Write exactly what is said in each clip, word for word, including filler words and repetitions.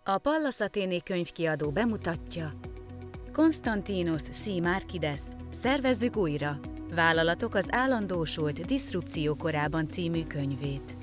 A Pallas Athéné könyvkiadó bemutatja Konstantinos C. Markides, Szervezzük újra! Vállalatok az állandósult diszrupció korában című könyvét.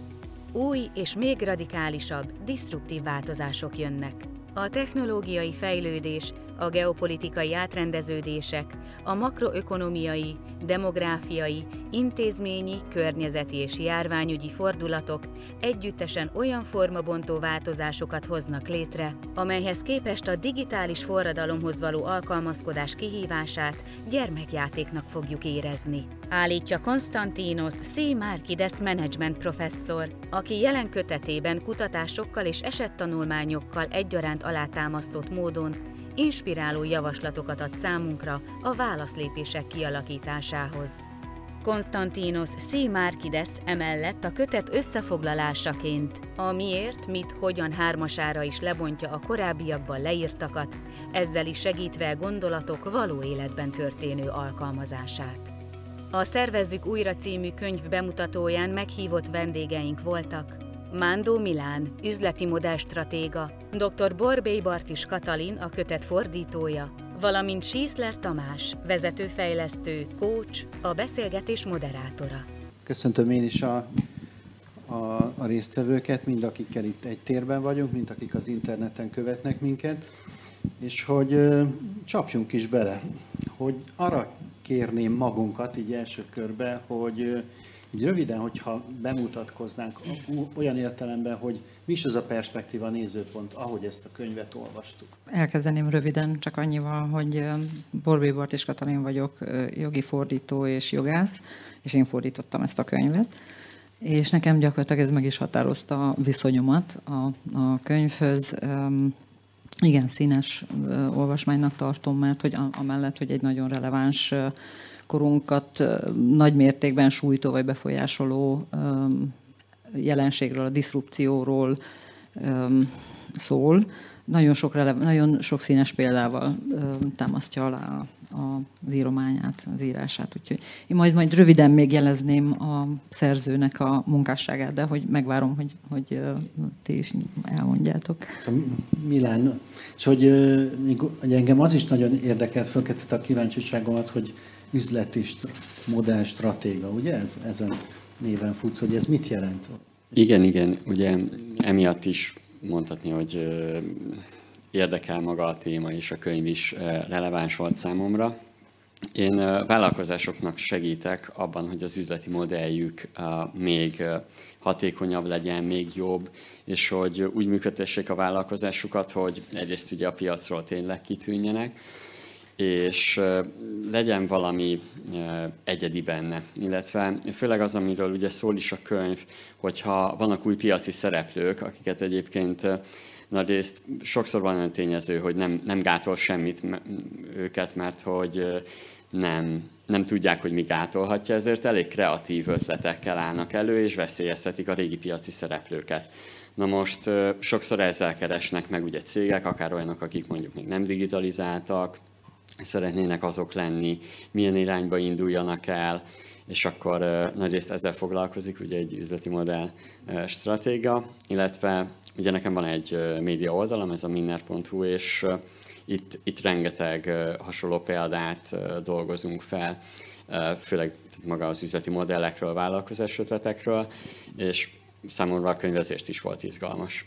Új és még radikálisabb, diszruptív változások jönnek. A technológiai fejlődés, a geopolitikai átrendeződések, a makroökonomiai, demográfiai, intézményi, környezeti és járványügyi fordulatok együttesen olyan formabontó változásokat hoznak létre, amelyhez képest a digitális forradalomhoz való alkalmazkodás kihívását gyermekjátéknak fogjuk érezni. Állítja Konstantinos C. Markides management professzor, aki jelen kötetében kutatásokkal és esettanulmányokkal egyaránt alátámasztott módon inspiráló javaslatokat ad számunkra a válaszlépések kialakításához. Konstantinos C. Markides emellett a kötet összefoglalásaként a miért, mit, hogyan hármasára is lebontja a korábbiakban leírtakat, ezzel is segítve a gondolatok való életben történő alkalmazását. A Szervezzük újra című könyv bemutatóján meghívott vendégeink voltak Mándó Milán, üzleti modellstratéga, dr. Borbély Bartis Katalin, a kötet fordítója, valamint Síszler Tamás, vezetőfejlesztő, coach, a beszélgetés moderátora. Köszöntöm én is a, a, a résztvevőket, mind akikkel itt egy térben vagyunk, mind akik az interneten követnek minket, és hogy ö, csapjunk is bele, hogy arra kérném magunkat így első körbe, hogy ö, így röviden, hogyha bemutatkoznánk olyan értelemben, hogy mi is az a perspektíva, nézőpont, ahogy ezt a könyvet olvastuk. Elkezdeném röviden, csak annyival, hogy Borbély Bartis Katalin vagyok, jogi fordító és jogász, és én fordítottam ezt a könyvet. És nekem gyakorlatilag ez meg is határozta a viszonyomat a, a könyvhöz. Igen, színes olvasmánynak tartom, mert hogy amellett, hogy egy nagyon releváns korunkat nagy mértékben sújtó vagy befolyásoló jelenségről, a diszrupcióról szól. Nagyon sok, rele- nagyon sok színes példával támasztja alá az írományát, az írását. Úgyhogy én majd, majd röviden még jelezném a szerzőnek a munkásságát, de hogy megvárom, hogy, hogy ti is elmondjátok. Szóval Milán, és hogy, hogy engem az is nagyon érdekelt, fölkeltette a kíváncsiságomat, hogy üzleti modell stratéga, ugye ez, ezen néven futsz, hogy ez mit jelent? Igen, igen, ugye emiatt is mondhatni, hogy érdekel maga a téma, és a könyv is releváns volt számomra. Én vállalkozásoknak segítek abban, hogy az üzleti modelljük még hatékonyabb legyen, még jobb, és hogy úgy működtessék a vállalkozásukat, hogy egyrészt ugye a piacról tényleg kitűnjenek, és legyen valami egyedi benne. Illetve főleg az, amiről ugye szól is a könyv, hogyha vannak új piaci szereplők, akiket egyébként nagyrészt sokszor van olyan tényező, hogy nem, nem gátol semmit őket, mert hogy nem, nem tudják, hogy mi gátolhatja, ezért elég kreatív ötletekkel állnak elő, és veszélyeztetik a régi piaci szereplőket. Na most sokszor ezzel keresnek meg ugye cégek, akár olyanok, akik mondjuk még nem digitalizáltak, szeretnének azok lenni, milyen irányba induljanak el, és akkor uh, nagyrészt ezzel foglalkozik ugye egy üzleti modell uh, stratéga, illetve ugye nekem van egy uh, média oldalam, ez a minner pont hu, és uh, itt, itt rengeteg uh, hasonló példát uh, dolgozunk fel, uh, főleg maga az üzleti modellekről, vállalkozás ötletekről, és számomra a könyv ezért is volt izgalmas.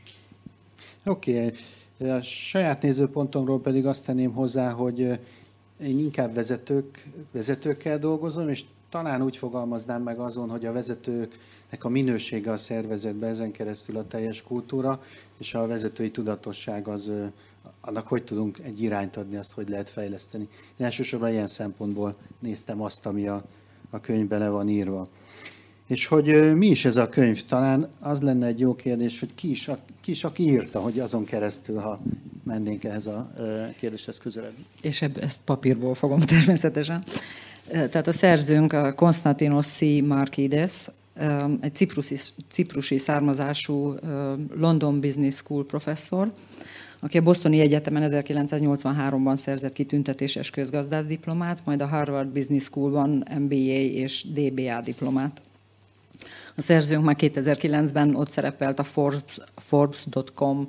Oké. Okay. A saját nézőpontomról pedig azt tenném hozzá, hogy én inkább vezetők, vezetőkkel dolgozom, és talán úgy fogalmaznám meg azon, hogy a vezetőknek a minősége a szervezetben, ezen keresztül a teljes kultúra, és a vezetői tudatosság az, annak hogy tudunk egy irányt adni, azt hogy lehet fejleszteni. Én elsősorban ilyen szempontból néztem azt, ami a, a könyvben le van írva. És hogy mi is ez a könyv? Talán az lenne egy jó kérdés, hogy ki is, ki is aki írta, hogy azon keresztül, ha mennénk ehhez a kérdéshez közelebb. És ezt papírból fogom természetesen. Tehát a szerzőnk a Konstantinos C. Markides, egy ciprusi, ciprusi származású London Business School professzor, aki a Bostoni Egyetemen ezerkilencszáznyolcvanháromban szerzett kitüntetéses közgazdászdiplomát, majd a Harvard Business Schoolban em bé á és dé bé á diplomát. A szerzőnk már kétezer-kilencben ott szerepelt a Forbes, Forbes pont com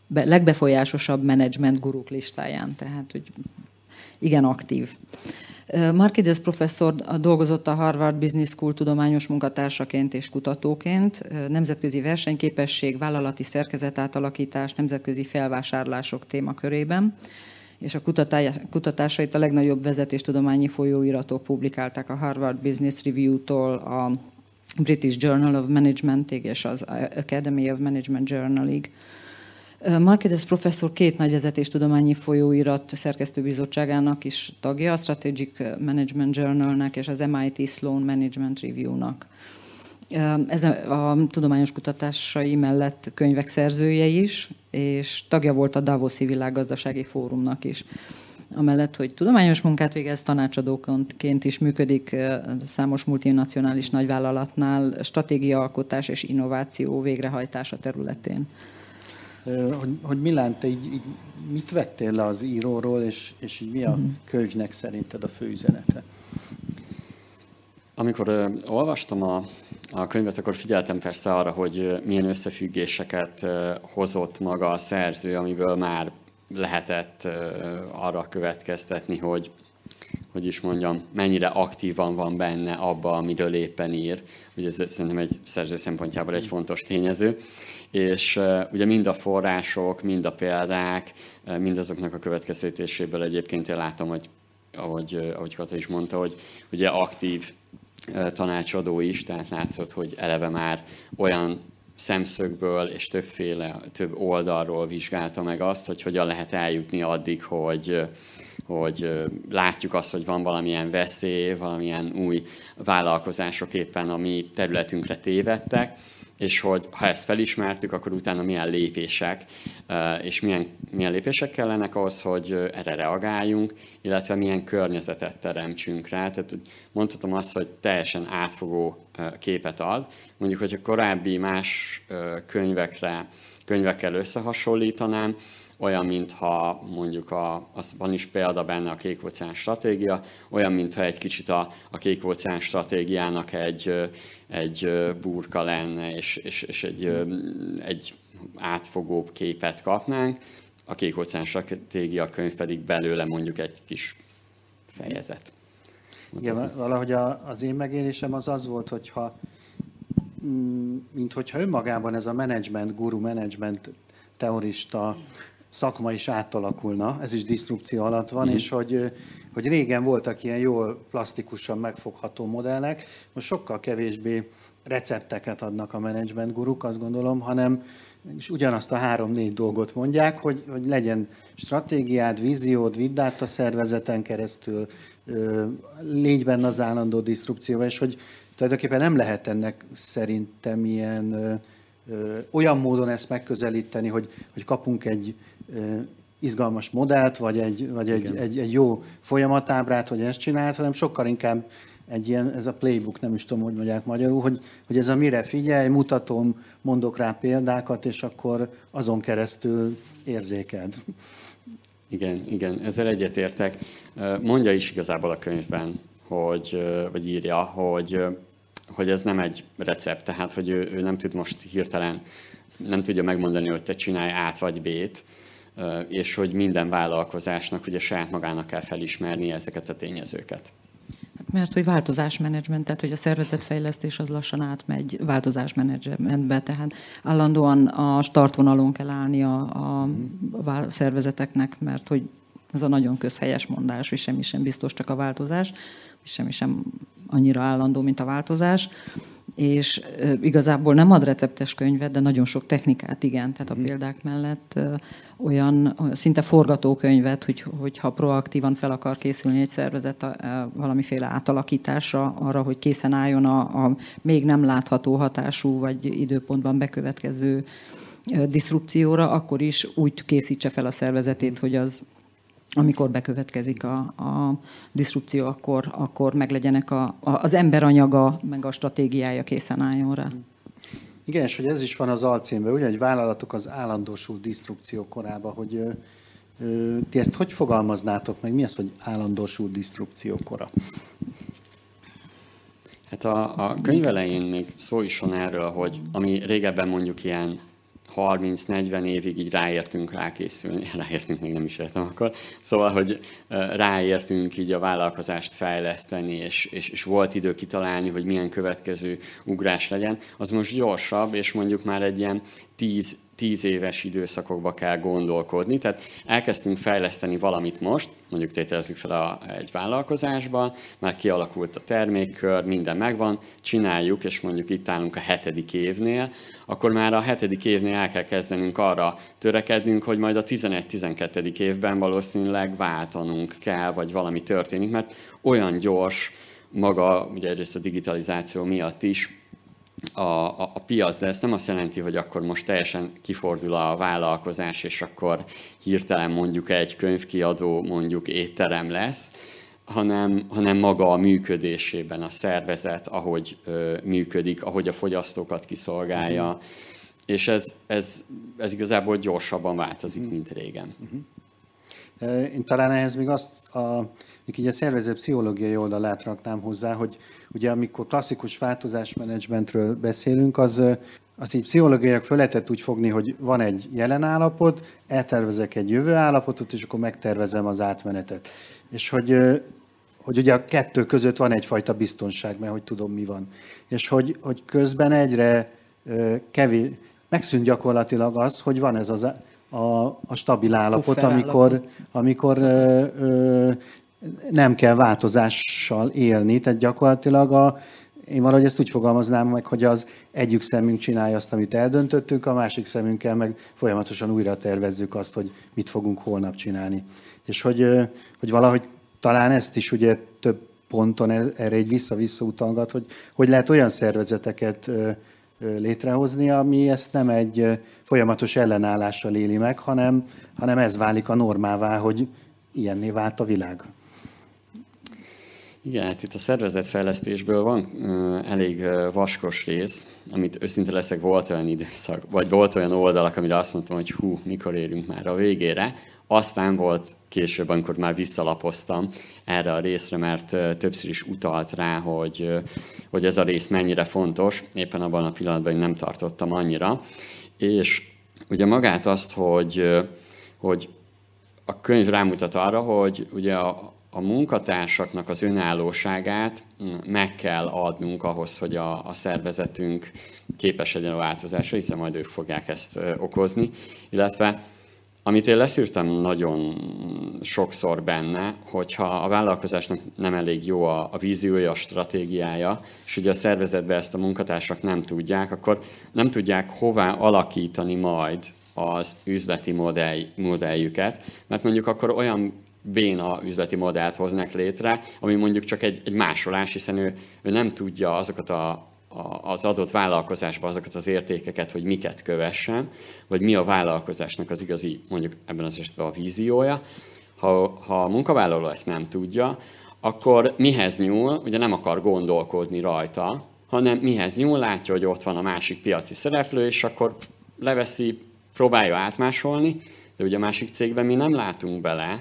legbefolyásosabb menedzsment guruk listáján, tehát hogy igen aktív. Markides professzor dolgozott a Harvard Business School tudományos munkatársaként és kutatóként, nemzetközi versenyképesség, vállalati szerkezetátalakítás, nemzetközi felvásárlások témakörében, és a kutatásait a legnagyobb vezetéstudományi folyóiratok publikálták a Harvard Business Review-tól a British Journal of Managementig és az Academy of Management Journalig. Markides professzor két nagy vezetéstudományi folyóirat szerkesztőbizottságának is tagja, a Strategic Management Journalnek és az em i té Sloan Management Review-nak. Ez a, a tudományos kutatásai mellett könyvek szerzője is, és tagja volt a Davoszi Világgazdasági Fórumnak is. Amellett, hogy tudományos munkát végez, tanácsadóként is működik számos multinacionális nagyvállalatnál, stratégiaalkotás és innováció végrehajtása területén. Hogy, hogy Milán, te így, így mit vettél le az íróról, és, és így mi a könyvnek szerinted a fő üzenete? Amikor ö, olvastam a, a könyvet, akkor figyeltem persze arra, hogy ö, milyen összefüggéseket ö, hozott maga a szerző, amiből már lehetett ö, arra következtetni, hogy, hogy is mondjam, mennyire aktívan van benne abba, amiről éppen ír. Ugye ez szerintem egy szerző szempontjából egy fontos tényező. És uh, ugye mind a források, mind a példák, uh, mind azoknak a következtetéséből egyébként én látom, hogy ahogy, uh, ahogy Kata is mondta, hogy ugye aktív uh, tanácsadó is, tehát látszott, hogy eleve már olyan szemszögből és többféle, több oldalról vizsgálta meg azt, hogy hogyan lehet eljutni addig, hogy, hogy látjuk azt, hogy van valamilyen veszély, valamilyen új vállalkozások éppen a mi területünkre tévedtek, és hogy ha ezt felismertük, akkor utána milyen lépések, és milyen, milyen lépések kellenek ahhoz, hogy erre reagáljunk, illetve milyen környezetet teremtsünk rá. Tehát mondhatom azt, hogy teljesen átfogó képet ad. Mondjuk, hogy a korábbi más könyvekre, könyvekkel összehasonlítanám, olyan, mintha mondjuk, a, az van is példa benne a Kék-óceán stratégia, olyan, mintha egy kicsit a, a Kék-óceán stratégiának egy, egy burka lenne, és, és, és egy, egy átfogóbb képet kapnánk. A Kék-óceán stratégia könyv pedig belőle mondjuk egy kis fejezet. Igen, valahogy a, az én megélésem az az volt, hogyha mint hogyha önmagában ez a menedzsment, guru, menedzsment teorista szakma is átalakulna, ez is diszrupció alatt van, mm. és hogy, hogy régen voltak ilyen jól plastikusan megfogható modellek, most sokkal kevésbé recepteket adnak a menedzsment guruk, azt gondolom, hanem és ugyanazt a három-négy dolgot mondják, hogy, hogy legyen stratégiád, víziód, vidd át a szervezeten keresztül, légy benne az állandó diszrupcióban, és hogy tulajdonképpen nem lehet ennek szerintem ilyen ö, ö, olyan módon ezt megközelíteni, hogy, hogy kapunk egy ö, izgalmas modellt, vagy, egy, vagy egy, egy, egy jó folyamatábrát, hogy ezt csinált, hanem sokkal inkább egy ilyen, ez a playbook, nem is tudom, hogy mondják magyarul, hogy, hogy ez a mire figyelj, mutatom, mondok rá példákat, és akkor azon keresztül érzékeld. Igen, igen, ezzel egyetértek. Mondja is igazából a könyvben, hogy, vagy írja, hogy, hogy ez nem egy recept, tehát hogy ő, ő nem tud most hirtelen, nem tudja megmondani, hogy te csinálj át vagy B-t, és hogy minden vállalkozásnak ugye saját magának kell felismerni ezeket a tényezőket. Hát mert hogy változásmenedzsment, tehát hogy a szervezetfejlesztés az lassan átmegy változásmenedzsmentbe, tehát állandóan a startvonalon kell állni a, a, a szervezeteknek, mert hogy ez a nagyon közhelyes mondás, hogy semmi sem biztos, csak a változás, és semmi sem annyira állandó, mint a változás. És e, igazából nem ad receptes könyvet, de nagyon sok technikát, igen, tehát a példák mellett e, olyan szinte forgatókönyvet, hogy, hogyha proaktívan fel akar készülni egy szervezet a, a, valamiféle átalakításra, arra, hogy készen álljon a, a még nem látható hatású vagy időpontban bekövetkező e, diszrupcióra, akkor is úgy készítse fel a szervezetét, hogy az amikor bekövetkezik a, a diszrupció, akkor, akkor meglegyenek a, a, az emberanyaga, meg a stratégiája készen álljon rá. Igen, és hogy ez is van az alcímben, ugye, hogy vállalatok az állandósult diszrupció korában, hogy ö, ö, ti ezt hogy fogalmaznátok meg? Mi az, hogy állandósult diszrupció kora? Hát a, a könyv elején még szó is van erről, hogy ami régebben mondjuk ilyen harminc-negyven évig így ráértünk rákészülni, ráértünk, még nem is értem akkor, szóval, hogy ráértünk így a vállalkozást fejleszteni, és, és, és volt idő kitalálni, hogy milyen következő ugrás legyen, az most gyorsabb, és mondjuk már egy ilyen tíz, tíz éves időszakokba kell gondolkodni. Tehát elkezdtünk fejleszteni valamit most, mondjuk tételezzük fel a, egy vállalkozásban, már kialakult a termékkör, minden megvan, csináljuk, és mondjuk itt állunk a hetedik évnél, akkor már a hetedik évnél el kell kezdenünk arra törekednünk, hogy majd a tizenegy-tizenkettedik évben valószínűleg váltanunk kell, vagy valami történik, mert olyan gyors maga, ugye egyrészt a digitalizáció miatt is, A, a, a piac, de ez nem azt jelenti, hogy akkor most teljesen kifordul a vállalkozás, és akkor hirtelen mondjuk egy könyvkiadó, mondjuk étterem lesz, hanem, hanem maga a működésében a szervezet, ahogy ö, működik, ahogy a fogyasztókat kiszolgálja, uh-huh. és ez, ez, ez igazából gyorsabban változik, uh-huh. mint régen. Uh-huh. Én talán ehhez még azt a, így a szervezet pszichológiai oldalát raknám hozzá, hogy ugye amikor klasszikus változásmenedzsmentről beszélünk, az, az így pszichológiailag föl lehetett úgy fogni, hogy van egy jelen állapot, eltervezek egy jövő állapotot, és akkor megtervezem az átmenetet. És hogy, hogy ugye a kettő között van egyfajta biztonság, mert hogy tudom, mi van. És hogy, hogy közben egyre kevés, megszűnt gyakorlatilag az, hogy van ez az a, a stabil állapot, amikor, amikor ö, ö, nem kell változással élni, tehát gyakorlatilag a, én valahogy ezt úgy fogalmaznám meg, hogy az egyik szemünk csinálja azt, amit eldöntöttünk, a másik szemünkkel meg folyamatosan újra tervezzük azt, hogy mit fogunk holnap csinálni. És hogy, hogy valahogy talán ezt is ugye több ponton erre egy vissza-vissza utalgat, hogy, hogy lehet olyan szervezeteket létrehozni, ami ezt nem egy folyamatos ellenállással éli meg, hanem, hanem ez válik a normává, hogy ilyenné vált a világ. Igen, hát itt a szervezetfejlesztésből van uh, elég uh, vaskos rész, amit őszinte leszek, volt olyan időszak, vagy volt olyan oldalak, amire azt mondtam, hogy hú, mikor érünk már a végére. Aztán volt később, amikor már visszalapoztam erre a részre, mert uh, többször is utalt rá, hogy, uh, hogy ez a rész mennyire fontos. Éppen abban a pillanatban én nem tartottam annyira. És ugye magát azt, hogy, uh, hogy a könyv rámutat arra, hogy ugye a A munkatársaknak az önállóságát meg kell adnunk ahhoz, hogy a, a szervezetünk képes legyen a változásra, hiszen majd ők fogják ezt okozni. Illetve, amit én leszűrtem nagyon sokszor benne, hogyha a vállalkozásnak nem elég jó a, a víziója, a stratégiája, és ugye a szervezetben ezt a munkatársak nem tudják, akkor nem tudják hová alakítani majd az üzleti modell, modelljüket, mert mondjuk akkor olyan béna üzleti modellt hoznak létre, ami mondjuk csak egy, egy másolás, hiszen ő, ő nem tudja azokat a, a, az adott vállalkozásban azokat az értékeket, hogy miket kövessen, vagy mi a vállalkozásnak az igazi, mondjuk ebben az esetben a víziója. Ha, ha a munkavállaló ezt nem tudja, akkor mihez nyúl, ugye nem akar gondolkodni rajta, hanem mihez nyúl, látja, hogy ott van a másik piaci szereplő, és akkor leveszi, próbálja átmásolni, de ugye a másik cégben mi nem látunk bele,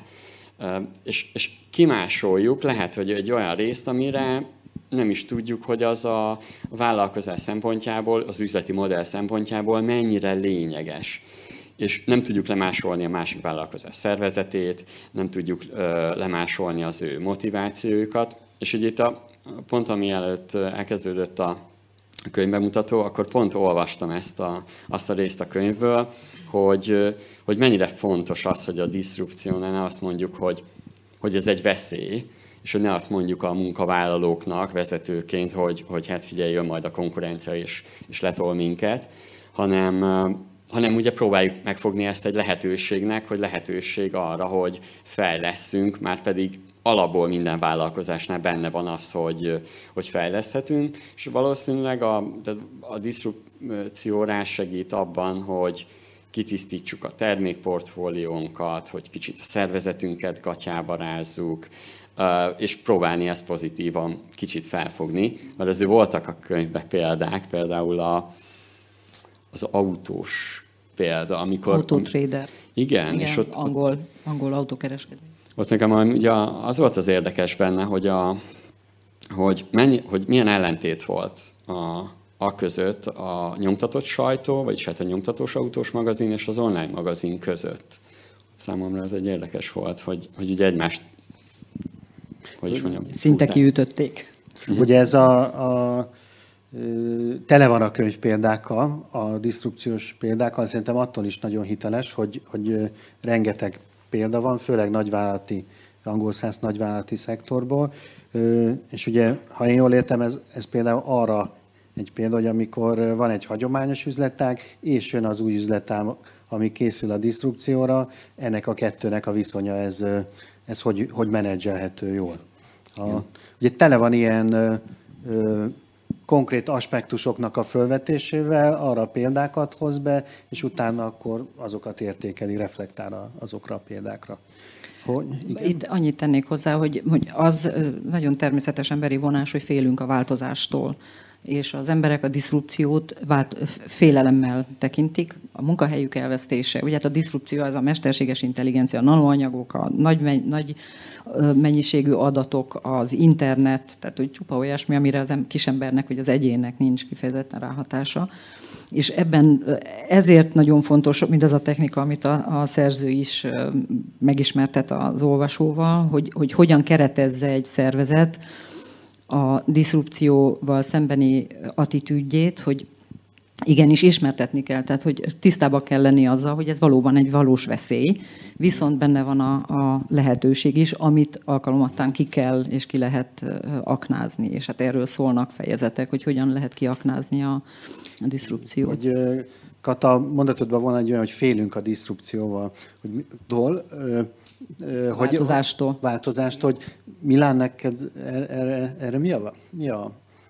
És, és kimásoljuk, lehet, hogy egy olyan részt, amire nem is tudjuk, hogy az a vállalkozás szempontjából, az üzleti modell szempontjából mennyire lényeges. És nem tudjuk lemásolni a másik vállalkozás szervezetét, nem tudjuk uh, lemásolni az ő motivációjukat. És ugye itt a pont, ami előtt elkezdődött a könyvbemutató, akkor pont olvastam ezt a, azt a részt a könyvből, hogy, hogy mennyire fontos az, hogy a diszrupciónál ne azt mondjuk, hogy, hogy ez egy veszély, és hogy ne azt mondjuk a munkavállalóknak vezetőként, hogy, hogy hát figyelj, jön majd a konkurencia és, és letol minket, hanem, hanem ugye próbáljuk megfogni ezt egy lehetőségnek, hogy lehetőség arra, hogy fejlesszünk, már pedig alapból minden vállalkozásnál benne van az, hogy, hogy fejleszthetünk, és valószínűleg a, a diszrupció rá segít abban, hogy kitisztítsuk a termékportfóliónkat, hogy kicsit a szervezetünket gatyába rázzuk, és próbálni ezt pozitívan kicsit felfogni, mert azért voltak a könyvben példák, például a, az autós példa, amikor... Autotrader. Igen, Igen, és ott... angol, angol autókereskedő. Ott nekem ugye az volt az érdekes benne, hogy, a, hogy, mennyi, hogy milyen ellentét volt a, a között a nyomtatott sajtó, vagyis hát a nyomtatós autós magazin és az online magazin között. Számomra ez egy érdekes volt, hogy, hogy ugye egymást, hogy is mondjam, szinte kiütötték. Uh-huh. Ugye ez a, a tele van a könyv példákkal, a disztrupciós példákkal, szerintem attól is nagyon hiteles, hogy, hogy rengeteg példa van, főleg nagyvállalati, angol száz nagyvállalati szektorból, és ugye, ha én jól értem, ez, ez például arra egy példa, hogy amikor van egy hagyományos üzletág, és jön az új üzletág, ami készül a disztrupcióra, ennek a kettőnek a viszonya, ez, ez hogy, hogy menedzselhető jól. A, ugye tele van ilyen ö, ö, konkrét aspektusoknak a fölvetésével, arra példákat hoz be, és utána akkor azokat értékeli, reflektál azokra a példákra. Hogy, igen? Itt annyit tennék hozzá, hogy, hogy az nagyon természetes emberi vonás, hogy félünk a változástól. És az emberek a diszrupciót vált, félelemmel tekintik, a munkahelyük elvesztése. Ugye hát a diszrupció az a mesterséges intelligencia, a nanoanyagok, a nagy, nagy mennyiségű adatok, az internet, tehát hogy csupa olyasmi, amire az kisembernek vagy az egyénnek nincs kifejezetten ráhatása. És ebben ezért nagyon fontos mindaz a technika, amit a, a szerző is megismertet az olvasóval, hogy, hogy hogyan keretezze egy szervezet a diszrupcióval szembeni attitűdjét, hogy igenis ismertetni kell, tehát hogy tisztába kell lenni azzal, hogy ez valóban egy valós veszély, viszont benne van a, a lehetőség is, amit alkalomattán ki kell és ki lehet aknázni, és hát erről szólnak fejezetek, hogy hogyan lehet kiaknázni a, a diszrupciót. Hogy, Kata, mondatodban van egy olyan, hogy félünk a diszrupcióval, hogy dol, változástól. Hogy, változástól, hogy Milán, neked erre, erre mi, a, mi a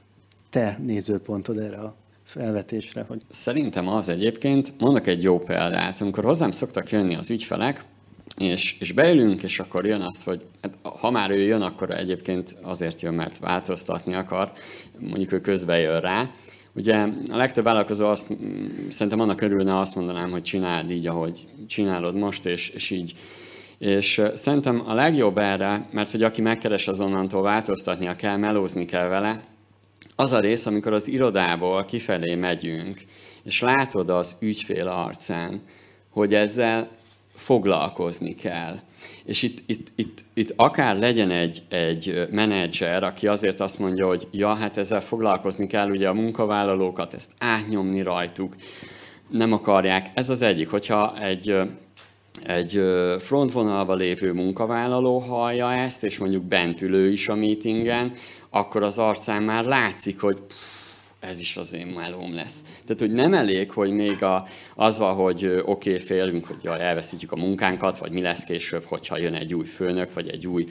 te nézőpontod erre a felvetésre? Hogy... Szerintem az egyébként, mondok egy jó példát, amikor hozzám szoktak jönni az ügyfelek, és, és beülünk, és akkor jön az, hogy hát, ha már ő jön, akkor egyébként azért jön, mert változtatni akar, mondjuk ő közben jön rá. Ugye a legtöbb vállalkozó azt, szerintem annak örülne, azt mondanám, hogy csináld így, ahogy csinálod most, és, és így. És szerintem a legjobb erre, mert hogy aki megkeres, azonnantól változtatnia kell, melózni kell vele, az a rész, amikor az irodából kifelé megyünk, és látod az ügyfél arcán, hogy ezzel foglalkozni kell. És itt, itt, itt, itt akár legyen egy, egy menedzser, aki azért azt mondja, hogy ja, hát ezzel foglalkozni kell, ugye a munkavállalókat, ezt átnyomni rajtuk, nem akarják. Ez az egyik, hogyha egy... egy frontvonalban lévő munkavállaló hallja ezt, és mondjuk bent ülő is a meetingen, akkor az arcán már látszik, hogy pff, ez is az én melóm lesz. Tehát, hogy nem elég, hogy még a, az van, hogy oké, okay, félünk, hogy jaj, elveszítjük a munkánkat, vagy mi lesz később, hogyha jön egy új főnök, vagy egy új,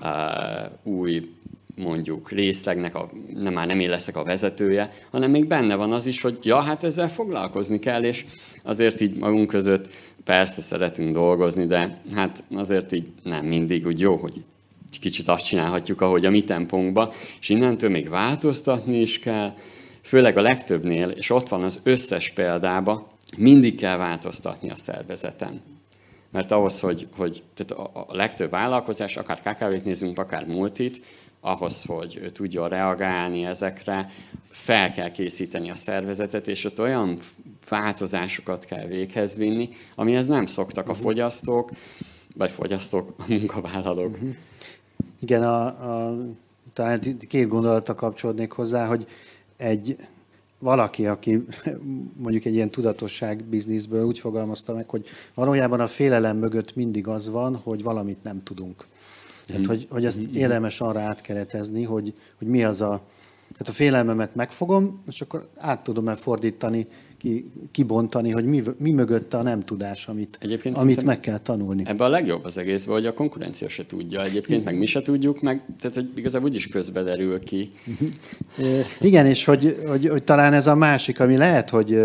uh, új mondjuk részlegnek, a, nem, már nem én leszek a vezetője, hanem még benne van az is, hogy ja, hát ezzel foglalkozni kell, és azért így magunk között persze szeretünk dolgozni, de hát azért így nem mindig úgy jó, hogy kicsit azt csinálhatjuk, ahogy a mi tempónkban, és innentől még változtatni is kell, főleg a legtöbbnél, és ott van az összes példában, mindig kell változtatni a szervezeten. Mert ahhoz, hogy, hogy tehát a legtöbb vállalkozás, akár ká ká vét nézünk, akár multit, ahhoz, hogy tudjon reagálni ezekre, fel kell készíteni a szervezetet, és ott olyan változásokat kell véghez vinni, amihez nem szoktak a fogyasztók, vagy fogyasztók, a munkavállalók. Igen, a, a, talán két gondolatra kapcsolódnék hozzá, hogy egy valaki, aki mondjuk egy ilyen tudatosság bizniszből úgy fogalmazta meg, hogy valójában a félelem mögött mindig az van, hogy valamit nem tudunk. Tehát, hogy, hogy ezt érdemes arra átkeretezni, hogy, hogy mi az a... Tehát a félelmemet megfogom, és akkor át tudom-e fordítani, ki, kibontani, hogy mi, mi mögötte a nem tudás, amit, amit meg kell tanulni. Ebben a legjobb az egészben, hogy a konkurencia se tudja egyébként, meg mi se tudjuk, meg, tehát hogy igazából úgyis közbe derül ki. Uh-huh. Igen, és hogy, hogy, hogy talán ez a másik, ami lehet, hogy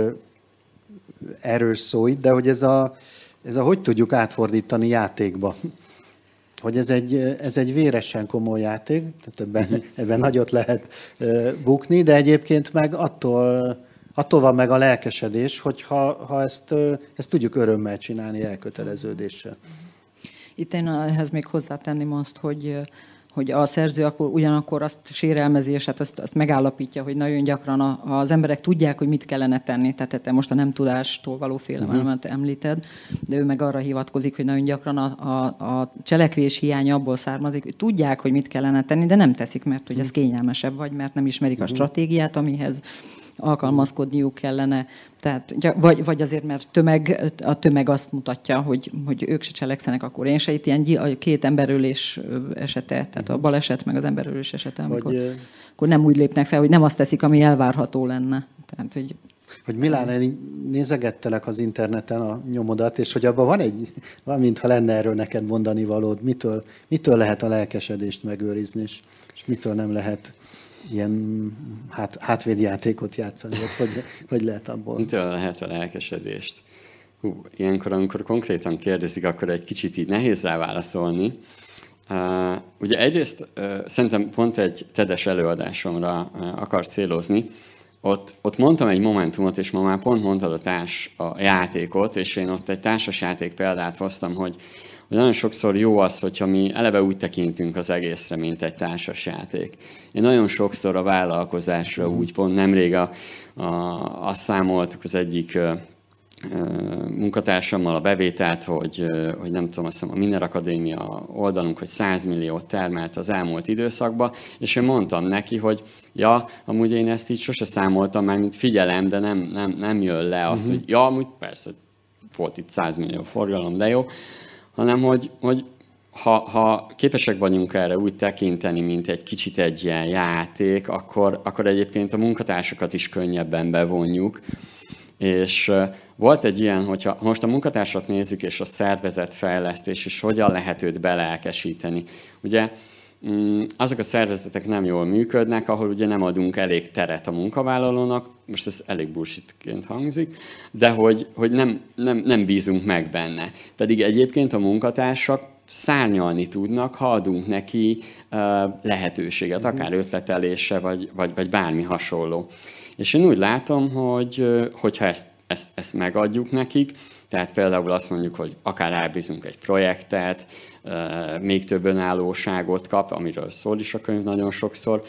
erős szó itt, de hogy ez a, ez a hogy tudjuk átfordítani játékba. Hogy ez egy, ez egy véresen komoly játék, tehát ebben, ebben nagyot lehet bukni, de egyébként meg attól, attól van meg a lelkesedés, hogy ha, ha ezt, ezt tudjuk örömmel csinálni, elköteleződéssel. Itt én ehhez még hozzátenném azt, hogy, hogy a szerző akkor ugyanakkor azt sérelmezi, és hát azt, azt megállapítja, hogy nagyon gyakran a, az emberek tudják, hogy mit kellene tenni. Tehát te most a nem tudástól való félelmet uh-huh. említed, de ő meg arra hivatkozik, hogy nagyon gyakran a, a, a cselekvés hiánya abból származik, hogy tudják, hogy mit kellene tenni, de nem teszik, mert hogy ez kényelmesebb, vagy mert nem ismerik uh-huh. a stratégiát, amihez alkalmazkodniuk kellene. Tehát, vagy, vagy azért, mert tömeg, a tömeg azt mutatja, hogy, hogy ők se cselekszenek, akkor én se. Itt ilyen a két emberölés esete, tehát a baleset meg az emberölés esete, amikor hogy, akkor nem úgy lépnek fel, hogy nem azt teszik, ami elvárható lenne. Tehát, hogy hogy Milán, én nézegettelek az interneten a nyomodat, és hogy abban van egy, van, mintha lenne erről neked mondani valód, mitől, mitől lehet a lelkesedést megőrizni, és, és mitől nem lehet ilyen hát, hátvédjátékot játszani, vagy hogy, hogy lehet abból? Mitől lehet a lelkesedést? Hú, ilyenkor, amikor konkrétan kérdezik, akkor egy kicsit így nehéz rá válaszolni. Uh, ugye egyrészt uh, szerintem pont egy tedes előadásomra uh, akar célozni. Ott, ott mondtam egy momentumot, és ma már pont mondtad a társ a játékot, és én ott egy társasjáték példát hoztam, hogy hogy nagyon sokszor jó az, hogyha mi eleve úgy tekintünk az egészre, mint egy társasjáték. Én nagyon sokszor a vállalkozásra úgy, pont nemrég a, a, azt számoltuk az egyik ö, ö, munkatársammal a bevételt, hogy, ö, hogy nem tudom, azt hiszem a Miner Akadémia oldalunk, hogy száz milliót termelt az elmúlt időszakban, és én mondtam neki, hogy ja, amúgy én ezt így sose számoltam már, mint figyelem, de nem, nem, nem jön le az, uh-huh. hogy ja, amúgy persze volt itt száz millió forgalom, de jó, hanem hogy, hogy ha, ha képesek vagyunk erre úgy tekinteni, mint egy kicsit egy ilyen játék, akkor, akkor egyébként a munkatársakat is könnyebben bevonjuk. És volt egy ilyen, hogyha most a munkatársat nézzük, és a szervezetfejlesztés, és hogyan lehet őt belelkesíteni. Ugye azok a szervezetek nem jól működnek, ahol ugye nem adunk elég teret a munkavállalónak, most ez elég bullshitként hangzik, de hogy, hogy nem, nem, nem bízunk meg benne. Pedig egyébként a munkatársak szárnyalni tudnak, ha adunk neki uh, lehetőséget, akár ötletelésre, vagy, vagy, vagy bármi hasonló. És én úgy látom, hogy hogyha ezt, ezt, ezt megadjuk nekik, tehát például azt mondjuk, hogy akár elbízunk egy projektet, még több önállóságot kap, amiről szól is a könyv nagyon sokszor,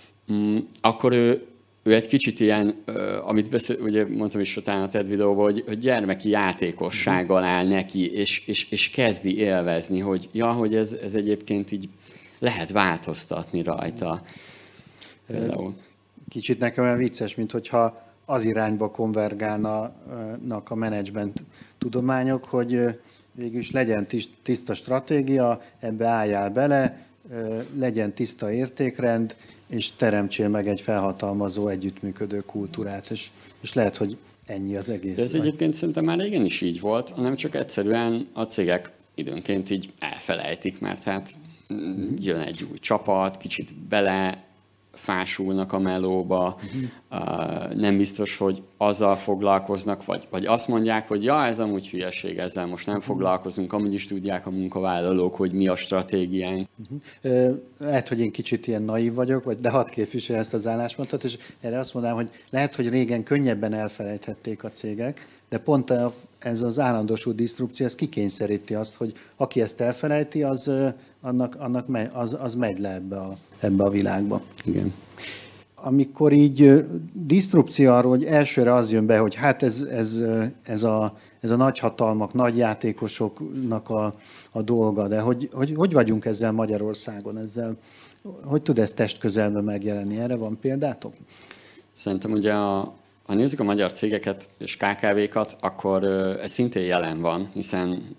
akkor ő, ő egy kicsit ilyen, amit beszél, ugye mondtam is utána a TED videóban, hogy, hogy gyermeki játékossággal áll neki, és, és, és kezdi élvezni, hogy ja, hogy ez, ez egyébként így lehet változtatni rajta. Például. Kicsit nekem olyan vicces, mint hogyha az irányba konvergálnak a menedzsment tudományok, hogy végül is legyen tiszta stratégia, ebbe álljál bele, legyen tiszta értékrend, és teremtsél meg egy felhatalmazó, együttműködő kultúrát. És, és lehet, hogy ennyi az egész. De ez vagy. Egyébként szerintem már régen is így volt, hanem csak egyszerűen a cégek időnként így elfelejtik, mert hát jön egy új csapat, kicsit bele fásulnak a melóba, uh-huh. nem biztos, hogy azzal foglalkoznak, vagy, vagy azt mondják, hogy ja, ez amúgy hülyeség, ezzel most nem foglalkozunk, amúgy is tudják a munkavállalók, hogy mi a stratégiánk. Uh-huh. Lehet, hogy én kicsit ilyen naív vagyok, vagy de hadd képviselj ezt az álláspontot, és erre azt mondanám, hogy lehet, hogy régen könnyebben elfelejthették a cégek, de pont ez az állandósult disztrupció, ez kikényszeríti azt, hogy aki ezt elfelejti, az, annak, annak megy, az, az megy le ebbe a, ebbe a világba. Igen. Amikor így disztrupció arról, hogy elsőre az jön be, hogy hát ez, ez, ez, a, ez a nagyhatalmak, nagy játékosoknak a, a dolga, de hogy, hogy, hogy vagyunk ezzel Magyarországon, ezzel, hogy tud ez testközelben megjelenni? Erre van példátok? Szerintem ugye a Ha nézzük a magyar cégeket és ká ká vékat, akkor ez szintén jelen van, hiszen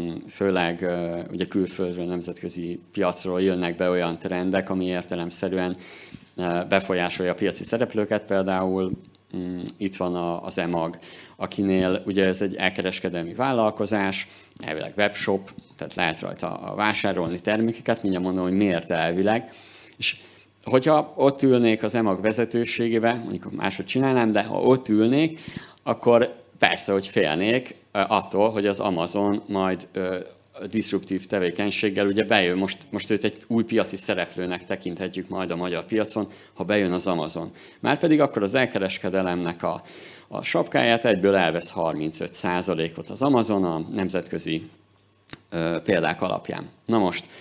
főleg ugye külföldről, nemzetközi piacról jönnek be olyan trendek, ami értelemszerűen befolyásolja a piaci szereplőket. Például itt van az emag, akinél ugye ez egy elkereskedelmi vállalkozás, elvileg webshop, tehát lehet rajta vásárolni termékeket, mindjárt mondom, hogy miért elvileg. És hogyha ott ülnék az emag vezetőségébe, mondjuk máshogy csinálnám, de ha ott ülnék, akkor persze, hogy félnék attól, hogy az Amazon majd diszruptív tevékenységgel ugye bejön, most, most őt egy új piaci szereplőnek tekinthetjük majd a magyar piacon, ha bejön az Amazon. Márpedig akkor az elkereskedelemnek a, a sapkáját egyből elvesz harmincöt százalékot az Amazon a nemzetközi ö, példák alapján. Na most,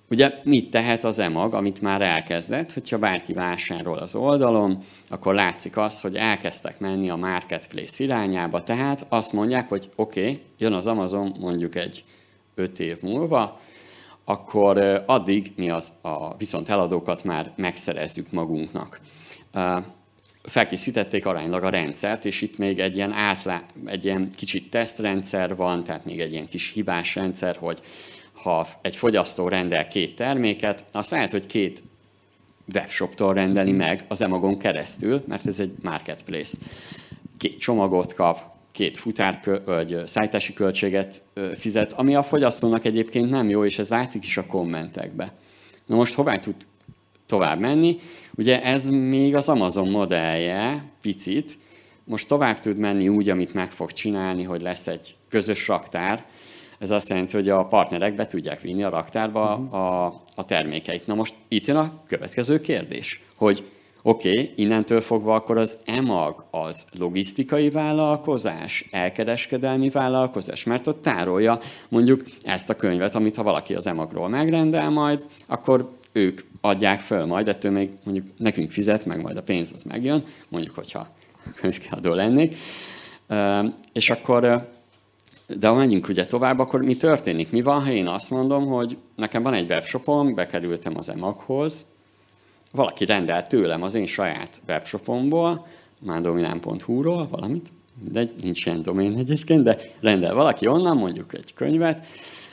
ugye mit tehet az e-mag, amit már elkezdett, hogyha bárki vásárol az oldalon, akkor látszik az, hogy elkezdtek menni a marketplace irányába, tehát azt mondják, hogy oké, okay, jön az Amazon mondjuk egy öt év múlva, akkor addig mi az, a viszont eladókat már megszerezzük magunknak. Felkészítették aránylag a rendszert, és itt még egy ilyen, átlá, egy ilyen kicsit tesztrendszer van, tehát még egy ilyen kis hibás rendszer, hogy ha egy fogyasztó rendel két terméket, azt lehet, hogy két webshoptól rendeli meg az e-magon keresztül, mert ez egy marketplace. Két csomagot kap, két futár vagy szállítási költséget fizet, ami a fogyasztónak egyébként nem jó, és ez látszik is a kommentekbe. Na most hová tud tovább menni? Ugye ez még az Amazon modellje, picit, most tovább tud menni úgy, amit meg fog csinálni, hogy lesz egy közös raktár. Ez azt jelenti, hogy a partnerek be tudják vinni a raktárba a, a termékeit. Na most itt jön a következő kérdés, hogy oké, okay, innentől fogva akkor az e-mag az logisztikai vállalkozás, elkereskedelmi vállalkozás, mert ott tárolja mondjuk ezt a könyvet, amit ha valaki az e-magról megrendel majd, akkor ők adják föl majd, ettől még mondjuk nekünk fizet, meg majd a pénz az megjön, mondjuk, hogyha könyvkiadó lennék. És akkor, de ha menjünk ugye tovább, akkor mi történik? Mi van, ha én azt mondom, hogy nekem van egy webshopom, bekerültem az e-maghoz, valaki rendel tőlem az én saját webshopomból, mándominán pont hu-ról valamit, de nincs ilyen domén egyébként, de rendel valaki onnan, mondjuk egy könyvet,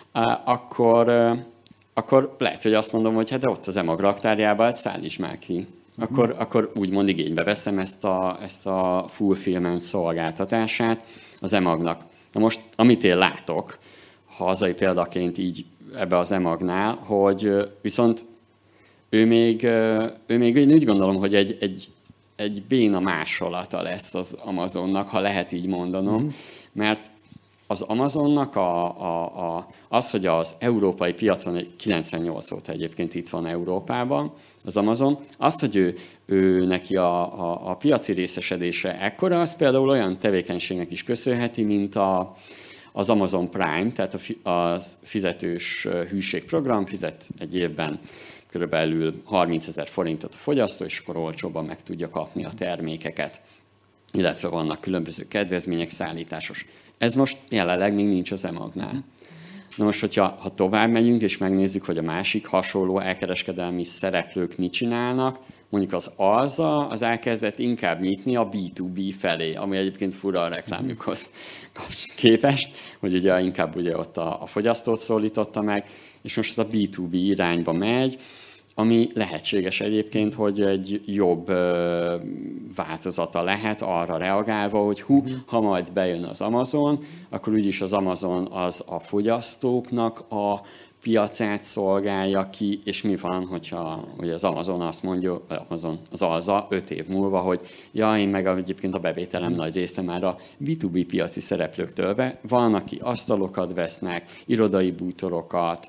akkor, akkor lehet, hogy azt mondom, hogy hát de ott az e-mag raktárjában, hát szállíts már ki. Akkor, uh-huh. akkor úgymond igénybe veszem ezt a, ezt a fulfillment szolgáltatását az e-magnak. Na most, amit én látok, hazai példaként így ebbe az e-magnál, hogy viszont ő még, ő még úgy gondolom, hogy egy, egy, egy béna másolata lesz az Amazonnak, ha lehet így mondanom, mm. mert az Amazonnak a, a, a, az, hogy az európai piacon, kilencvennyolc óta egyébként itt van Európában az Amazon, az, hogy ő, ő neki a, a, a piaci részesedése ekkora, az például olyan tevékenységnek is köszönheti, mint a, az Amazon Prime, tehát a, a fizetős hűségprogram, fizet egy évben körülbelül harmincezer forintot a fogyasztó, és akkor olcsóbban meg tudja kapni a termékeket. Illetve vannak különböző kedvezmények, szállításos. Ez most jelenleg még nincs az e-magnál. Na most, hogyha ha tovább megyünk, és megnézzük, hogy a másik hasonló elkereskedelmi szereplők mit csinálnak, mondjuk az Alza, az elkezdett inkább nyitni a bé kettő bé felé, ami egyébként fura a reklámjukhoz képest, hogy ugye inkább ugye ott a, a fogyasztót szólította meg, és most a bé kettő bé irányba megy, ami lehetséges egyébként, hogy egy jobb ö, változata lehet arra reagálva, hogy hú, ha majd bejön az Amazon, akkor úgyis az Amazon az a fogyasztóknak a piacát szolgálja ki, és mi van, hogyha ugye az Amazon azt mondja, Amazon, az Alza öt év múlva, hogy ja, én meg egyébként a bevételem nagy része már a bé kettő bé piaci szereplőktől be. Van, aki asztalokat vesznek, irodai bútorokat,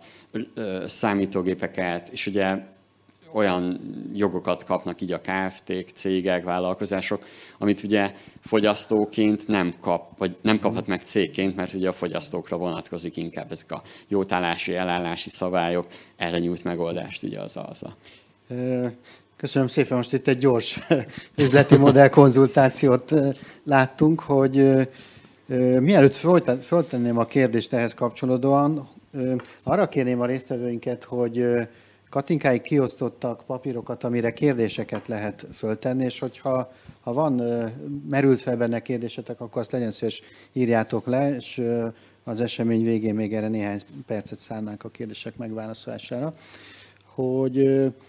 számítógépeket, és ugye olyan jogokat kapnak így a ká ef té-k, cégek, vállalkozások, amit ugye fogyasztóként nem kap, vagy nem kaphat meg cégként, mert ugye a fogyasztókra vonatkozik inkább ezek a jótállási, elállási szabályok, erre nyújt megoldást ugye az Alza. Köszönöm szépen, most itt egy gyors üzleti modell konzultációt láttunk, hogy mielőtt föltenném a kérdést ehhez kapcsolódóan, arra kérném a résztvevőinket, hogy Katinkáig kiosztottak papírokat, amire kérdéseket lehet föltenni, és hogyha ha van, merült fel benne kérdésetek, akkor azt legyen szíves, írjátok le, és az esemény végén még erre néhány percet szánnánk a kérdések megválaszolására. Hogy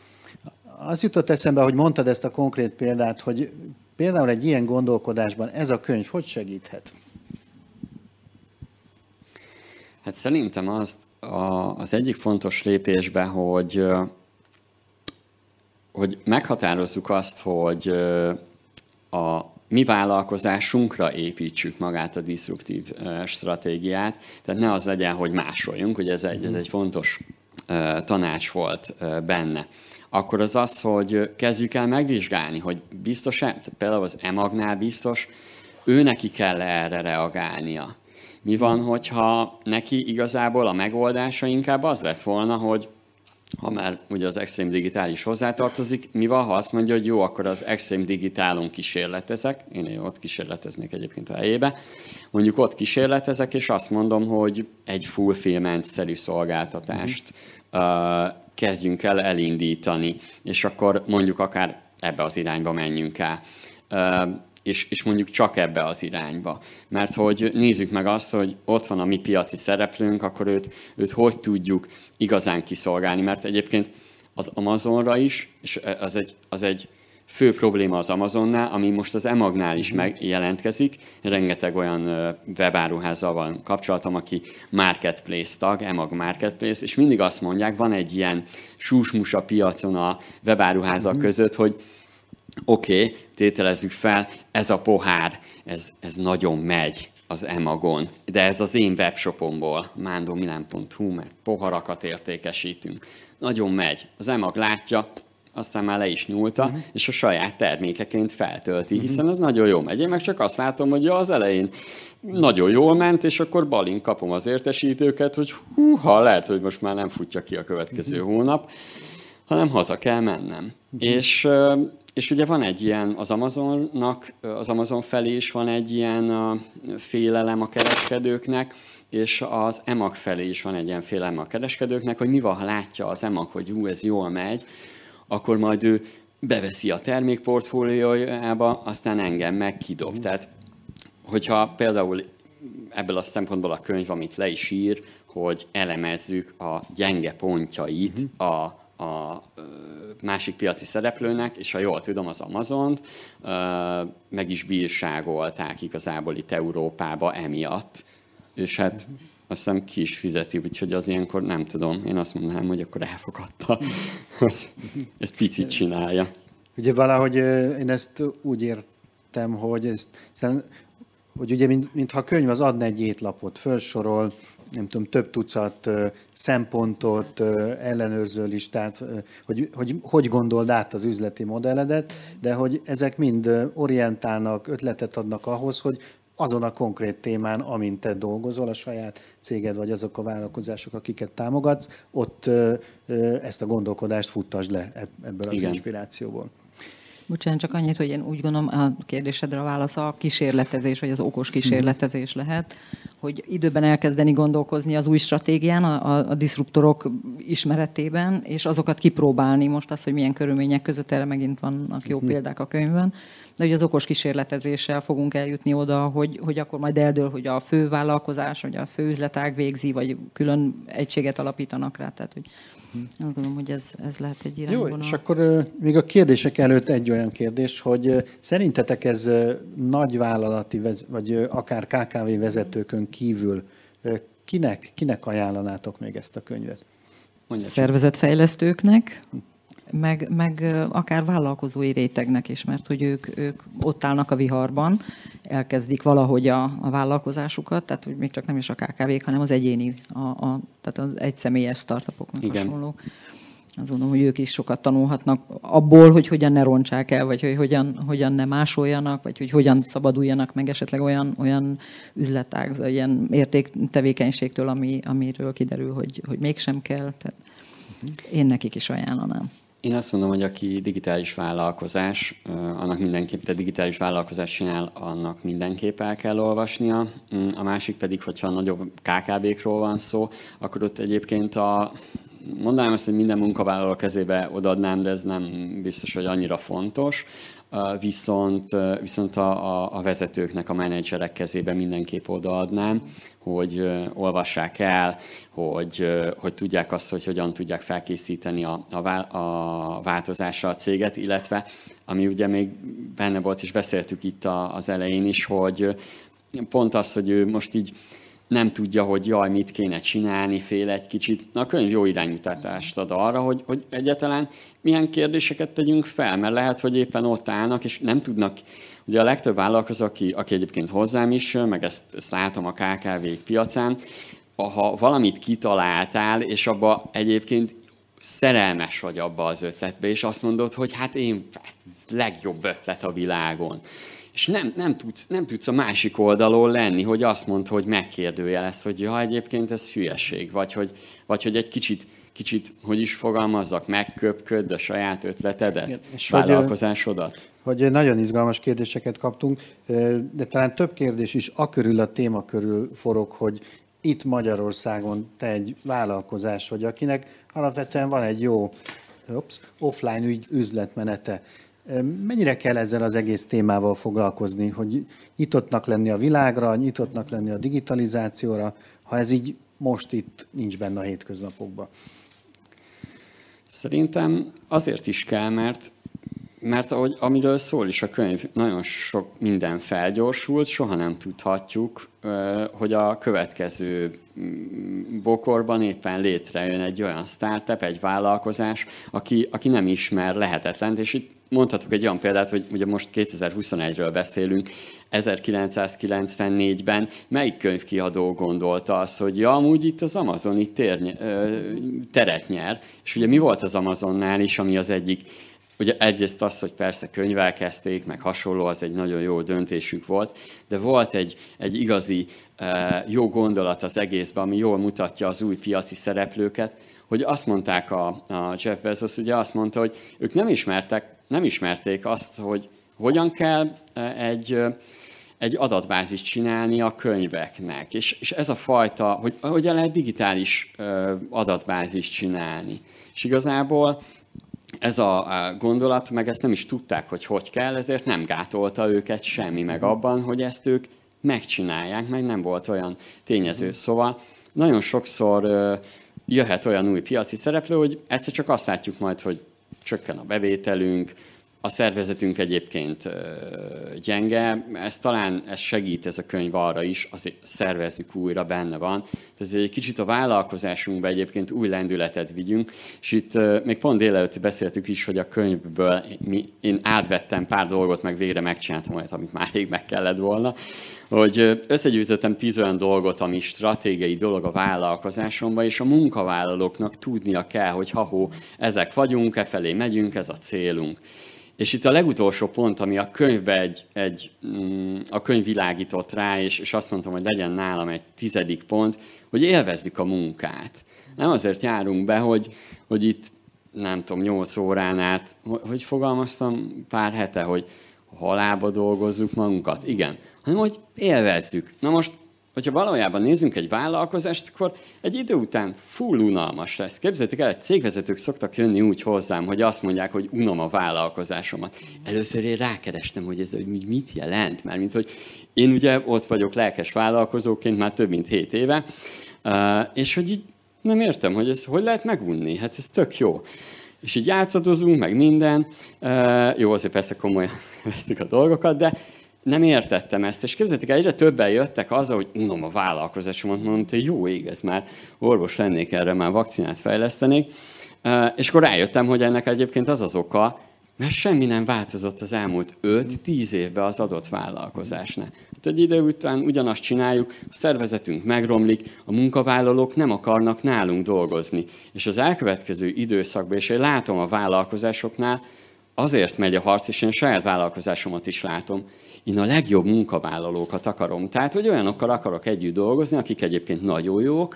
az jutott eszembe, hogy mondtad ezt a konkrét példát, hogy például egy ilyen gondolkodásban ez a könyv hogy segíthet? Hát szerintem azt, A, az egyik fontos lépésben, hogy, hogy meghatározzuk azt, hogy a mi vállalkozásunkra építsük magát a diszruptív stratégiát, tehát ne az legyen, hogy másoljunk, hogy ez egy, ez egy fontos tanács volt benne. Akkor az az, hogy kezdjük el megvizsgálni, hogy biztos-e, például az e-magnál biztos, ő neki kell erre reagálnia. Mi van, hogyha neki igazából a megoldása inkább az lett volna, hogy ha már ugye az extrém digitális hozzátartozik, mi van, ha azt mondja, hogy jó, akkor az extrém digitálon kísérletezek, én ott kísérleteznék egyébként a helyébe, mondjuk ott kísérletezek, és azt mondom, hogy egy fulfillment-szerű szolgáltatást uh, kezdjünk el elindítani, és akkor mondjuk akár ebbe az irányba menjünk el. Uh, És, és mondjuk csak ebbe az irányba. Mert hogy nézzük meg azt, hogy ott van a mi piaci szereplőnk, akkor őt, őt hogy tudjuk igazán kiszolgálni. Mert egyébként az Amazonra is, és az egy, az egy fő probléma az Amazonnál, ami most az Emagnál is megjelentkezik. Rengeteg olyan webáruházzal van kapcsolatom, aki marketplace tag, Emag marketplace, és mindig azt mondják, van egy ilyen súsmus a piacon a webáruházak között, hogy oké, okay, tételezzük fel, ez a pohár, ez, ez nagyon megy az Emagon, de ez az én webshopomból, mandomilán pont hu, mert poharakat értékesítünk. Nagyon megy. Az Emag látja, aztán már le is nyúlta, uh-huh. és a saját termékeként feltölti, hiszen az nagyon jó megy. Én meg csak azt látom, hogy az elején nagyon jól ment, és akkor balin kapom az értesítőket, hogy húha, lehet, hogy most már nem futja ki a következő uh-huh. hónap, hanem haza kell mennem. Uh-huh. És... És ugye van egy ilyen, az Amazonnak, az Amazon felé is van egy ilyen a félelem a kereskedőknek, és az Emag felé is van egy ilyen félelem a kereskedőknek, hogy mi van, ha látja az Emag, hogy jú, ez jól megy, akkor majd ő beveszi a termékportfóliójába, aztán engem meg kidob. Tehát, hogyha például ebből a szempontból a könyv, amit le is ír, hogy elemezzük a gyenge pontjait a a másik piaci szereplőnek, és ha jól tudom, az Amazont meg is bírságolták igazából itt Európába emiatt. És hát azt hiszem ki is fizeti, úgyhogy az ilyenkor nem tudom. Én azt mondanám, hogy akkor elfogadta, hogy ezt picit csinálja. Ugye valahogy én ezt úgy értem, hogy, ezt, hogy ugye mint, mintha a könyv az adna egy étlapot, felsorol, nem tudom, több tucat szempontot, ellenőrző listát, hogy, hogy hogy gondold át az üzleti modelledet, de hogy ezek mind orientálnak, ötletet adnak ahhoz, hogy azon a konkrét témán, amint te dolgozol, a saját céged vagy azok a vállalkozások, akiket támogatsz, ott ezt a gondolkodást futtasd le ebből az Igen. inspirációból. Bocsánat, csak annyit, hogy én úgy gondolom, a kérdésedre a válasz a kísérletezés, vagy az okos kísérletezés lehet, hogy időben elkezdeni gondolkozni az új stratégián, a, a, a diszruptorok ismeretében, és azokat kipróbálni. Most az, hogy milyen körülmények között, erre megint vannak jó példák a könyvben, de hogy az okos kísérletezéssel fogunk eljutni oda, hogy, hogy akkor majd eldől, hogy a fő vállalkozás, vagy a fő üzletág végzi, vagy külön egységet alapítanak rá. Tehát, hogy azt gondolom, hogy ez, ez lehet egy irányvonal. Jó, és akkor uh, még a kérdések előtt egy olyan kérdés, hogy uh, szerintetek ez uh, nagyvállalati, vez, vagy uh, akár ká ká vé vezetőkön kívül uh, kinek, kinek ajánlanátok még ezt a könyvet? Szervezetfejlesztőknek, meg, meg akár vállalkozói rétegnek is, mert hogy ők, ők ott állnak a viharban, elkezdik valahogy a, a vállalkozásukat, tehát hogy még csak nem is a ká ká vék, hanem az egyéni, a, a, tehát az egyszemélyes startupoknak Igen. hasonló. Azt gondolom, hogy ők is sokat tanulhatnak abból, hogy hogyan ne rontsák el, vagy hogy hogyan, hogyan ne másoljanak, vagy hogy hogyan szabaduljanak meg esetleg olyan, olyan üzletág, ilyen értéktevékenységtől, ami, amiről kiderül, hogy, hogy mégsem kell. Tehát én nekik is ajánlanám. Én azt mondom, hogy aki digitális vállalkozás, annak mindenképp, tehát digitális vállalkozás csinál, annak mindenképp el kell olvasnia. A másik pedig, hogyha nagyobb ká ká vékról van szó, akkor ott egyébként a mondanám azt, hogy minden munkavállaló kezébe odaadnám, de ez nem biztos, hogy annyira fontos. Viszont, viszont a, a vezetőknek, a menedzserek kezébe mindenképp odaadnám, hogy olvassák el, hogy, hogy tudják azt, hogy hogyan tudják felkészíteni a, a, a változásra a céget, illetve ami ugye még benne volt, és beszéltük itt az elején is, hogy pont az, hogy ő most így nem tudja, hogy jaj, mit kéne csinálni, fél egy kicsit. Na, a könyv jó iránymutatást ad arra, hogy, hogy egyáltalán milyen kérdéseket tegyünk fel, mert lehet, hogy éppen ott állnak, és nem tudnak. Ugye a legtöbb vállalkozó, aki, aki egyébként hozzám is, meg ezt, ezt látom a ká ká vék piacán, ha valamit kitaláltál, és abba egyébként szerelmes vagy abba az ötletbe, és azt mondod, hogy hát én legjobb ötlet a világon. és nem, nem, tudsz, nem tudsz a másik oldalon lenni, hogy azt mondd, hogy megkérdőjelez, hogy ja, egyébként ez hülyeség, vagy hogy, vagy hogy egy kicsit, kicsit, hogy is fogalmazzak, megköpköd a saját ötletedet, igen, vállalkozásodat. Hogy, hogy nagyon izgalmas kérdéseket kaptunk, de talán több kérdés is a körül, a téma körül forog, hogy itt Magyarországon te egy vállalkozás vagy, akinek alapvetően van egy jó ops, offline üzletmenete. Mennyire kell ezzel az egész témával foglalkozni, hogy nyitottnak lenni a világra, nyitottnak lenni a digitalizációra, ha ez így most itt nincs benne a hétköznapokban? Szerintem azért is kell, mert, mert ahogy, amiről szól is a könyv, nagyon sok minden felgyorsult, soha nem tudhatjuk, hogy a következő bokorban éppen létrejön egy olyan startup, egy vállalkozás, aki, aki nem ismer lehetetlent, és itt mondhatok egy olyan példát, hogy ugye most kétezer-huszonegyről beszélünk, ezerkilencszázkilencvennégyben melyik könyvkiadó gondolta azt, hogy ja, amúgy itt az Amazon itt tér, teret nyer, és ugye mi volt az Amazonnál is, ami az egyik, ugye egyrészt az, hogy persze könyvvel kezdték, meg hasonló, az egy nagyon jó döntésük volt, de volt egy, egy igazi jó gondolat az egészben, ami jól mutatja az új piaci szereplőket, hogy azt mondták a, a Jeff Bezos, ugye azt mondta, hogy ők nem ismertek, nem ismerték azt, hogy hogyan kell egy, egy adatbázist csinálni a könyveknek. És, és ez a fajta, hogy hogyan lehet digitális adatbázist csinálni. És igazából ez a gondolat, meg ezt nem is tudták, hogy hogy kell, ezért nem gátolta őket semmi, meg abban, hogy ezt ők megcsinálják, meg nem volt olyan tényező. Szóval nagyon sokszor jöhet olyan új piaci szereplő, hogy egyszer csak azt látjuk majd, hogy csökken a bevételünk, a szervezetünk egyébként gyenge, ez talán ez segít ez a könyv arra is, azért szervezzük újra, benne van. Tehát egy kicsit a vállalkozásunkba egyébként új lendületet vigyünk, és itt még pont délelőtt beszéltük is, hogy a könyvből én átvettem pár dolgot, meg végre megcsináltam olyat, amit már rég meg kellett volna, hogy összegyűjtöttem tíz olyan dolgot, ami stratégiai dolog a vállalkozásomban, és a munkavállalóknak tudnia kell, hogy ha-hó, ezek vagyunk, e felé megyünk, ez a célunk. És itt a legutolsó pont, ami a könyvbe egy, egy a könyv világított rá, és, és azt mondtam, hogy legyen nálam egy tizedik pont, hogy élvezzük a munkát. Nem azért járunk be, hogy, hogy itt, nem tudom, nyolc órán át, hogy fogalmaztam pár hete, hogy halálba dolgozzuk magunkat. Igen, hanem hogy élvezzük. Na most, hogyha valójában nézzünk egy vállalkozást, akkor egy idő után full unalmas lesz. Képzeljétek el, cégvezetők szoktak jönni úgy hozzám, hogy azt mondják, hogy unom a vállalkozásomat. Először én rákerestem, hogy ez hogy mit jelent, mert mint hogy én ugye ott vagyok lelkes vállalkozóként már több mint hét éve, és hogy így nem értem, hogy ez hogy lehet megunni, hát ez tök jó. És így játszadozunk, meg minden. Jó, azért persze komolyan veszük a dolgokat, de nem értettem ezt, és képzeljétek el, egyre többen jöttek azzal, hogy unom a vállalkozásomat, mondta, hogy jó ég, ez már orvos lennék, erre már vakcinát fejlesztenék. És akkor rájöttem, hogy ennek egyébként az az oka, mert semmi nem változott az elmúlt öt-tíz évben az adott vállalkozásnál. Hát egy idő után ugyanazt csináljuk, a szervezetünk megromlik, a munkavállalók nem akarnak nálunk dolgozni. És az elkövetkező időszakban, és én látom a vállalkozásoknál, azért megy a harc, és én a saját vállalkozásomat is látom, én a legjobb munkavállalókat akarom. Tehát, hogy olyanokkal akarok együtt dolgozni, akik egyébként nagyon jók,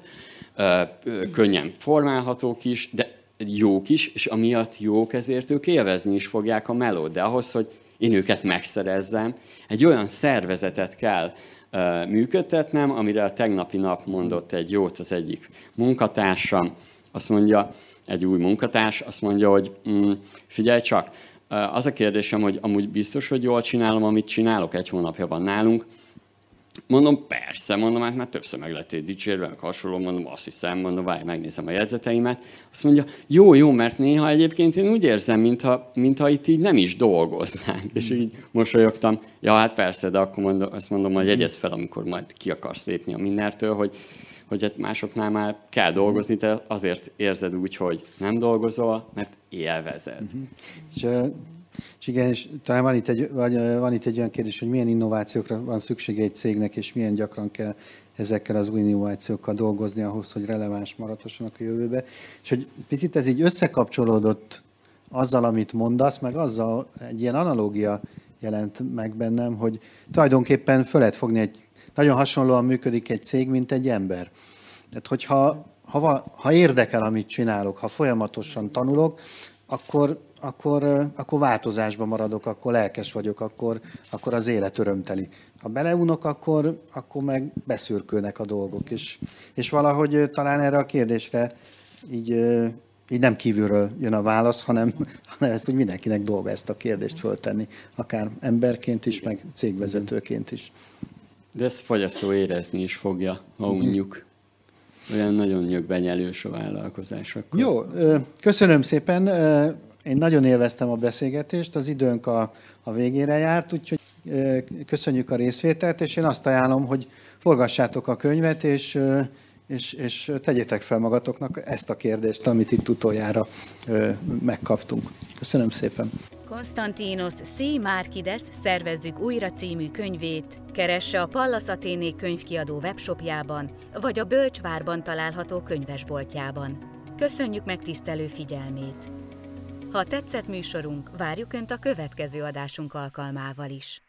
könnyen formálhatók is, de jók is, és amiatt jók, ezért ők élvezni is fogják a melót. De ahhoz, hogy én őket megszerezzem, egy olyan szervezetet kell működtetnem, amire a tegnapi nap mondott egy jót az egyik munkatársam, azt mondja, egy új munkatárs, azt mondja, hogy mm, figyelj csak, az a kérdésem, hogy amúgy biztos, hogy jól csinálom, amit csinálok, egy hónapja van nálunk. Mondom, persze, mondom, hát már többször meg lettél dicsérve, meg hasonló, mondom, azt hiszem, mondom, várj, megnézem a jegyzeteimet. Azt mondja, jó, jó, mert néha egyébként én úgy érzem, mintha, mintha itt így nem is dolgoznánk. És így mosolyogtam, ja, hát persze, de akkor mondom, azt mondom, hogy jegyezz fel, amikor majd ki akarsz lépni a mindentől, hogy hogy hát másoknál már kell dolgozni, te azért érzed úgy, hogy nem dolgozol, mert élvezed. Uh-huh. És, és igen, és talán van itt, egy, vagy van itt egy olyan kérdés, hogy milyen innovációkra van szüksége egy cégnek, és milyen gyakran kell ezekkel az új innovációkkal dolgozni ahhoz, hogy releváns maradhassanak a jövőbe. És hogy picit ez így összekapcsolódott azzal, amit mondasz, meg azzal egy ilyen analógia jelent meg bennem, hogy tulajdonképpen föl lehet fogni egy, nagyon hasonlóan működik egy cég, mint egy ember. Tehát, hogyha ha, ha érdekel, amit csinálok, ha folyamatosan tanulok, akkor, akkor, akkor változásban maradok, akkor lelkes vagyok, akkor, akkor az élet örömteli. Ha beleunok, akkor, akkor meg beszürkülnek a dolgok. És, és valahogy talán erre a kérdésre így, így nem kívülről jön a válasz, hanem, hanem ezt úgy mindenkinek dolga ezt a kérdést föltenni, akár emberként is, meg cégvezetőként is. De ezt fogyasztó érezni is fogja, ha unjuk. Olyan nagyon nyögbenyelős a vállalkozás. Akkor. Jó, köszönöm szépen. Én nagyon élveztem a beszélgetést, az időnk a, a végére járt, úgyhogy köszönjük a részvételt, és én azt ajánlom, hogy forgassátok a könyvet, és, és, és tegyétek fel magatoknak ezt a kérdést, amit itt utoljára megkaptunk. Köszönöm szépen. Konstantinos C. Márkides Szervezzük újra című könyvét keresse a Pallas Athéné könyvkiadó webshopjában, vagy a Bölcsvárban található könyvesboltjában. Köszönjük megtisztelő figyelmét! Ha tetszett műsorunk, várjuk Önt a következő adásunk alkalmával is.